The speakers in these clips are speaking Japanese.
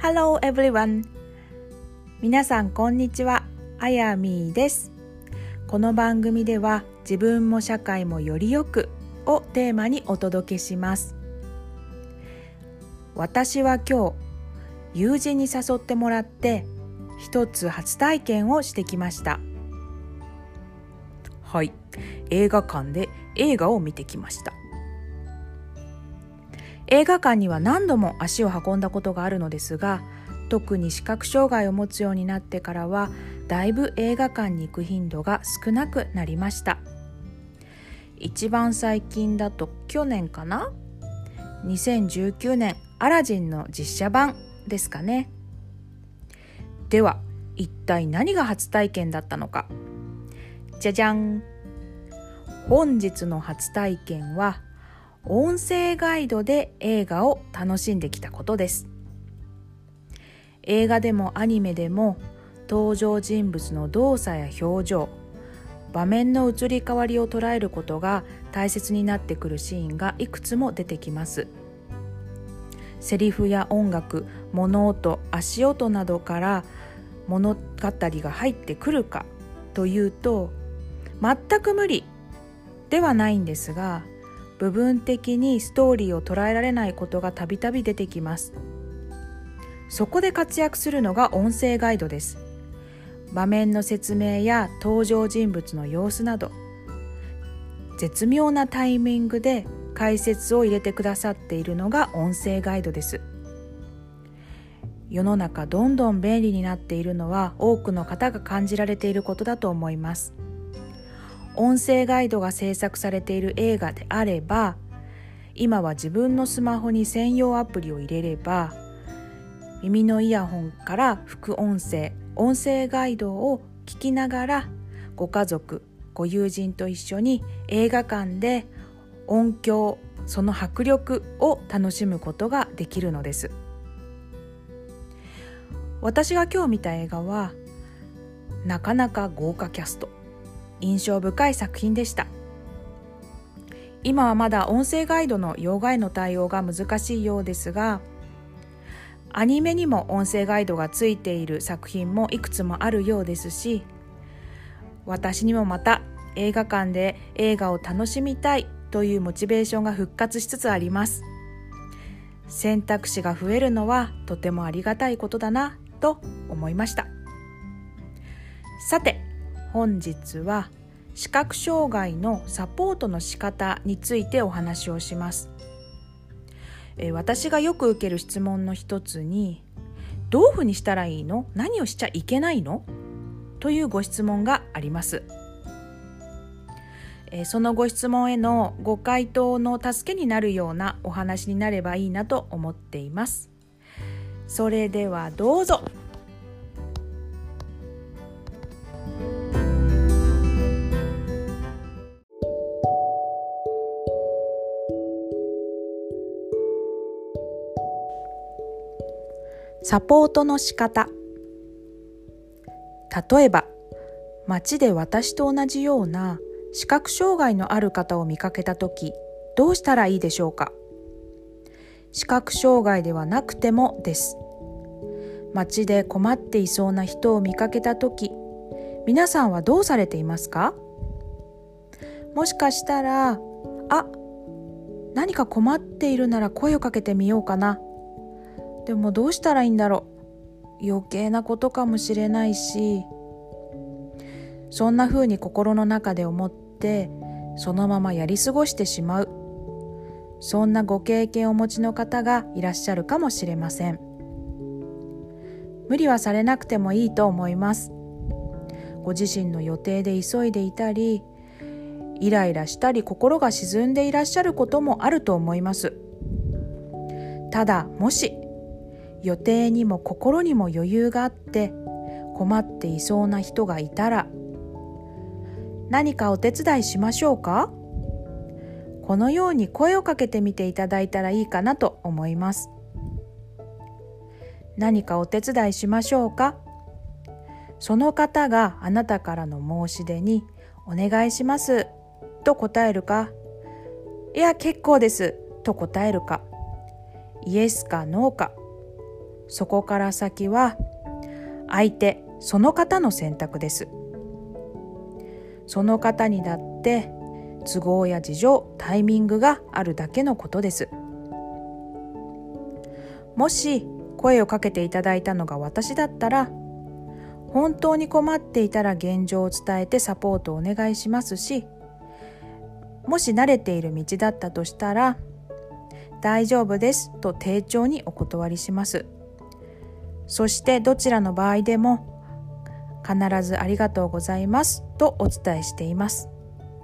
Hello everyone! 皆さんこんにちは。あやみーです。この番組では自分も社会もよりよくをテーマにお届けします。私は今日友人に誘ってもらって一つ初体験をしてきました。はい、映画館で映画を見てきました。映画館には何度も足を運んだことがあるのですが、特に視覚障害を持つようになってからはだいぶ映画館に行く頻度が少なくなりました。一番最近だと去年かな、2019年アラジンの実写版ですかね。では一体何が初体験だったのか。じゃじゃん。本日の初体験は音声ガイドで映画を楽しんできたことです。映画でもアニメでも登場人物の動作や表情、場面の移り変わりを捉えることが大切になってくるシーンがいくつも出てきます。セリフや音楽、物音、足音などから物語が入ってくるかというと全く無理ではないんですが、部分的にストーリーを捉えられないことがたびたび出てきます。そこで活躍するのが音声ガイドです。場面の説明や登場人物の様子など、絶妙なタイミングで解説を入れてくださっているのが音声ガイドです。世の中どんどん便利になっているのは多くの方が感じられていることだと思います。音声ガイドが制作されている映画であれば、今は自分のスマホに専用アプリを入れれば、耳のイヤホンから副音声、音声ガイドを聞きながらご家族、ご友人と一緒に映画館で音響、その迫力を楽しむことができるのです。私が今日見た映画はなかなか豪華キャスト、印象深い作品でした。今はまだ音声ガイドの要害の対応が難しいようですが、アニメにも音声ガイドがついている作品もいくつもあるようですし、私にもまた映画館で映画を楽しみたいというモチベーションが復活しつつあります。選択肢が増えるのはとてもありがたいことだなと思いました。さて、本日は視覚障害のサポートの仕方についてお話をします。私がよく受ける質問の一つに、どういうふうにしたらいいの？何をしちゃいけないの？というご質問があります。そのご質問へのご回答の助けになるようなお話になればいいなと思っています。それではどうぞ。サポートの仕方。例えば、街で私と同じような視覚障害のある方を見かけたとき、どうしたらいいでしょうか。視覚障害ではなくてもです。街で困っていそうな人を見かけたとき、皆さんはどうされていますか？もしかしたら、何か困っているなら声をかけてみようかな。でもどうしたらいいんだろう。余計なことかもしれないし、そんな風に心の中で思ってそのままやり過ごしてしまう、そんなご経験をお持ちの方がいらっしゃるかもしれません。無理はされなくてもいいと思います。ご自身の予定で急いでいたり、イライラしたり心が沈んでいらっしゃることもあると思います。ただ、もし予定にも心にも余裕があって困っていそうな人がいたら、何かお手伝いしましょうか？このように声をかけてみていただいたらいいかなと思います。何かお手伝いしましょうか？その方があなたからの申し出にお願いしますと答えるか、いや結構ですと答えるか、イエスかノーか、 そこから先は相手、その方の選択です。その方にだって都合や事情、タイミングがあるだけのことです。もし声をかけていただいたのが私だったら、本当に困っていたら現状を伝えてサポートをお願いしますし、もし慣れている道だったとしたら、大丈夫ですと丁重にお断りします。そしてどちらの場合でも必ずありがとうございますとお伝えしています。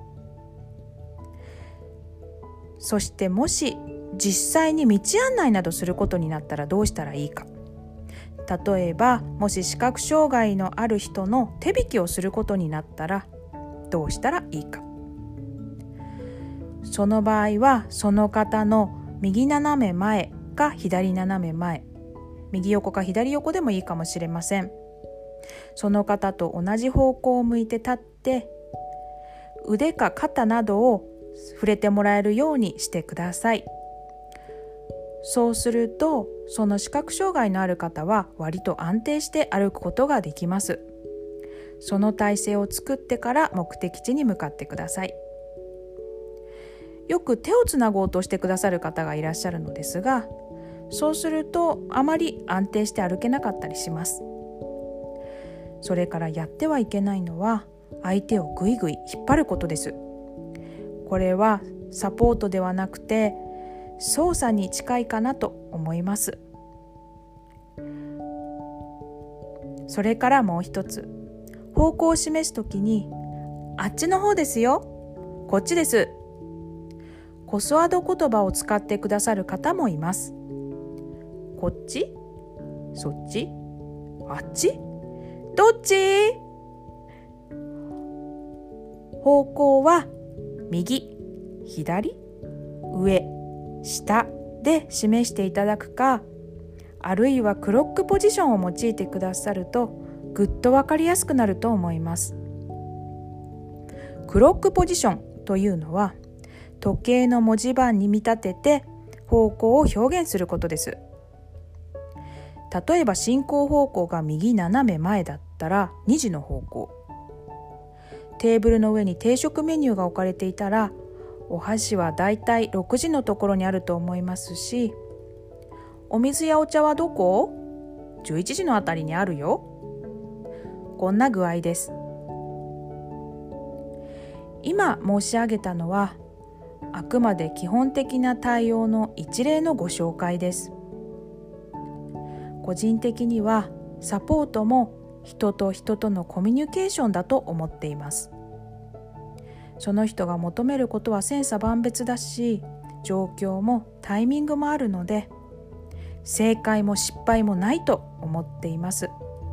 そしてもし実際に道案内などすることになったらどうしたらいいか。例えばもし視覚障害のある人の手引きをすることになったらどうしたらいいか。その場合はその方の右斜め前か左斜め前、右横か左横でもいいかもしれません。その方と同じ方向を向いて立って腕か肩などを触れてもらえるようにしてください。そうするとその視覚障害のある方は割と安定して歩くことができます。その体勢を作ってから目的地に向かってください。よく手をつなごうとしてくださる方がいらっしゃるのですが、そうするとあまり安定して歩けなかったりします。それからやってはいけないのは相手をぐいぐい引っ張ることです。これはサポートではなくて操作に近いかなと思います。それからもう一つ、方向を示すときにあっちの方ですよ、こっちです、コスワード言葉を使ってくださる方もいます。こっち、そっち、あっち、どっち？方向は右、左、上、下で示していただくか、あるいはクロックポジションを用いてくださるとぐっとわかりやすくなると思います。クロックポジションというのは時計の文字盤に見立てて方向を表現することです。例えば進行方向が右斜め前だったら2時の方向、テーブルの上に定食メニューが置かれていたらお箸はだいたい6時のところにあると思いますし、お水やお茶はどこ？ 11 時のあたりにあるよ。こんな具合です。今申し上げたのはあくまで基本的な対応の一例のご紹介です。個人的にはサポートも人と人とのコミュニケーションだと思っています。その人が求めることは千差万別だし、状況もタイミングもあるので正解も失敗もないと思っています。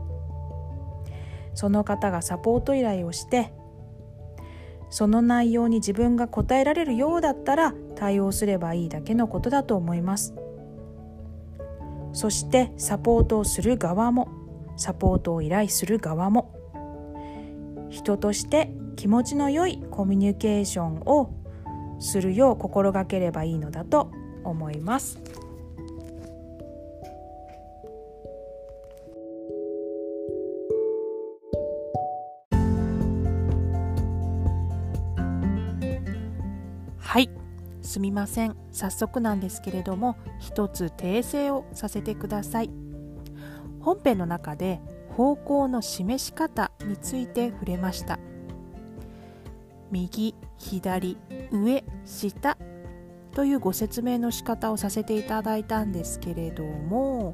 その方がサポート依頼をしてその内容に自分が答えられるようだったら対応すればいいだけのことだと思います。そしてサポートをする側もサポートを依頼する側も人として気持ちの良いコミュニケーションをするよう心がければいいのだと思います。はい、すみません。早速なんですけれども、一つ訂正をさせてください。本編の中で方向の示し方について触れました。右、左、上、下というご説明の仕方をさせていただいたんですけれども、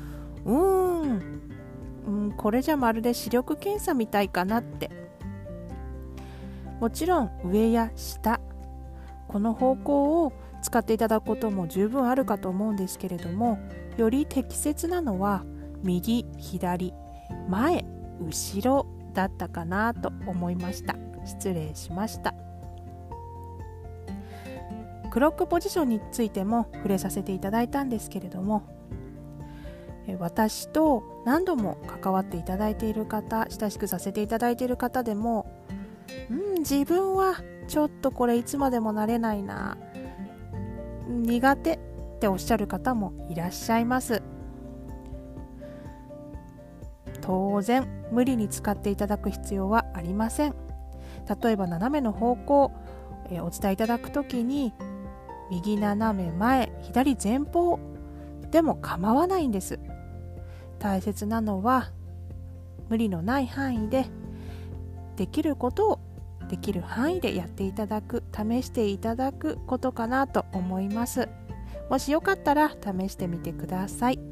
これじゃまるで視力検査みたいかなって。もちろん上や下、この方向を使っていただくことも十分あるかと思うんですけれども、より適切なのは右、左、前、後ろだったかなと思いました。失礼しました。クロックポジションについても触れさせていただいたんですけれども、私と何度も関わっていただいている方、親しくさせていただいている方でも、自分はちょっとこれいつまでもなれないな、苦手っておっしゃる方もいらっしゃいます。 当然無理に使っていただく必要はありません。例えば斜めの方向、お伝えいただくときに右斜め前、左前方でも構わないんです。大切なのは無理のない範囲でできることをできる範囲でやっていただく、試していただくことかなと思います。もしよかったら試してみてください。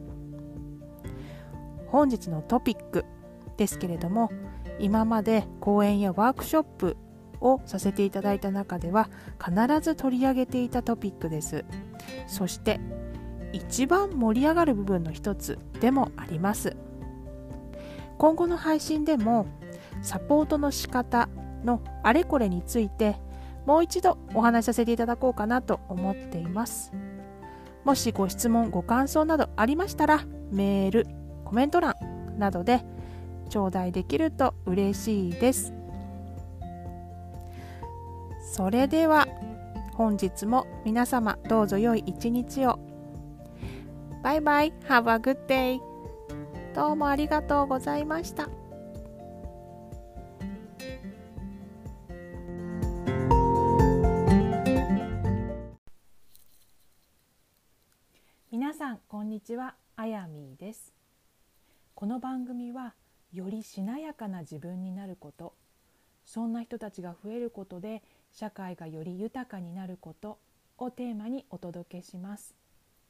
本日のトピックですけれども、今まで講演やワークショップをさせていただいた中では必ず取り上げていたトピックです。そして一番盛り上がる部分の一つでもあります。今後の配信でもサポートの仕方のあれこれについてもう一度お話しさせていただこうかなと思っています。もしご質問ご感想などありましたらメール、コメント欄などで頂戴できると嬉しいです。それでは本日も皆様どうぞ良い一日を。バイバイ。Have a good day。どうもありがとうございました。皆さんこんにちは、あやみーです。この番組はよりしなやかな自分になること、そんな人たちが増えることで社会がより豊かになることをテーマにお届けします。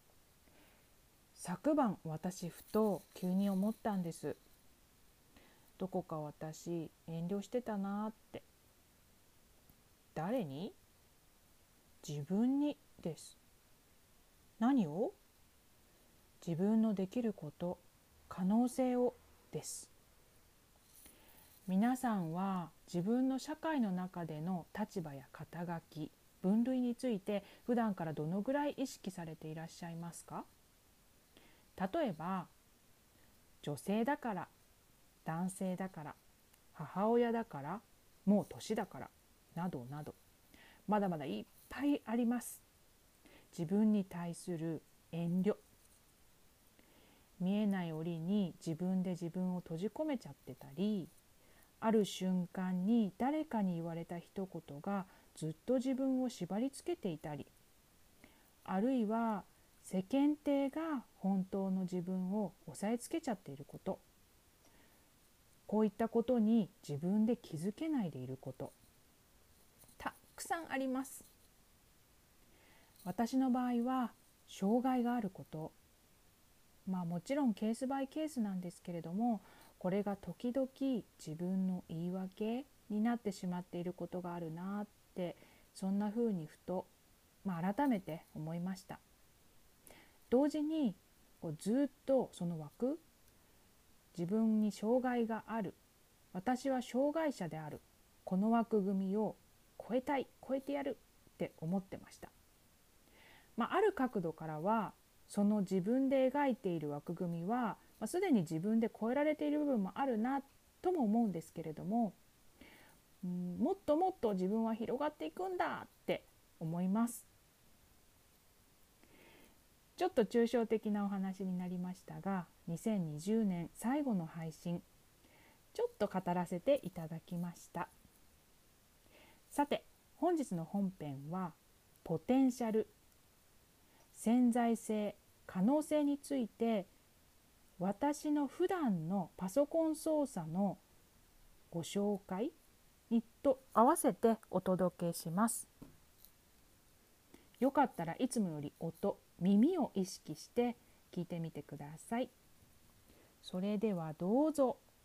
昨晩私ふと急に思ったんです。どこか私遠慮してたなって。誰に？自分にです。何を？自分のできること、可能性をです。皆さんは自分の社会の中での立場や肩書き、分類について普段からどのぐらい意識されていらっしゃいますか？例えば女性だから、男性だから、母親だから、もう年だからなどなど、まだまだいっぱいあります。自分に対する遠慮、見えない檻に自分で自分を閉じ込めちゃってたり、ある瞬間に誰かに言われた一言がずっと自分を縛り付けていたり、あるいは世間体が本当の自分を押さえつけちゃっていること、こういったことに自分で気づけないでいること、たくさんあります。私の場合は障害があること、もちろんケースバイケースなんですけれども、これが時々自分の言い訳になってしまっていることがあるなって、そんな風にふと、改めて思いました。同時にずっとその枠、自分に障害がある、私は障害者である、この枠組みを超えたい、超えてやるって思ってました。ある角度からはその自分で描いている枠組みは、すでに自分で超えられている部分もあるなとも思うんですけれども、もっともっと自分は広がっていくんだって思います。ちょっと抽象的なお話になりましたが、2020年最後の配信、ちょっと語らせていただきました。さて、本日の本編はポテンシャル、潜在性、可能性について、私の普段のパソコン操作のご紹介にと合わせてお届けします。よかったらいつもより音、耳を意識して聞いてみてください。それではどうぞ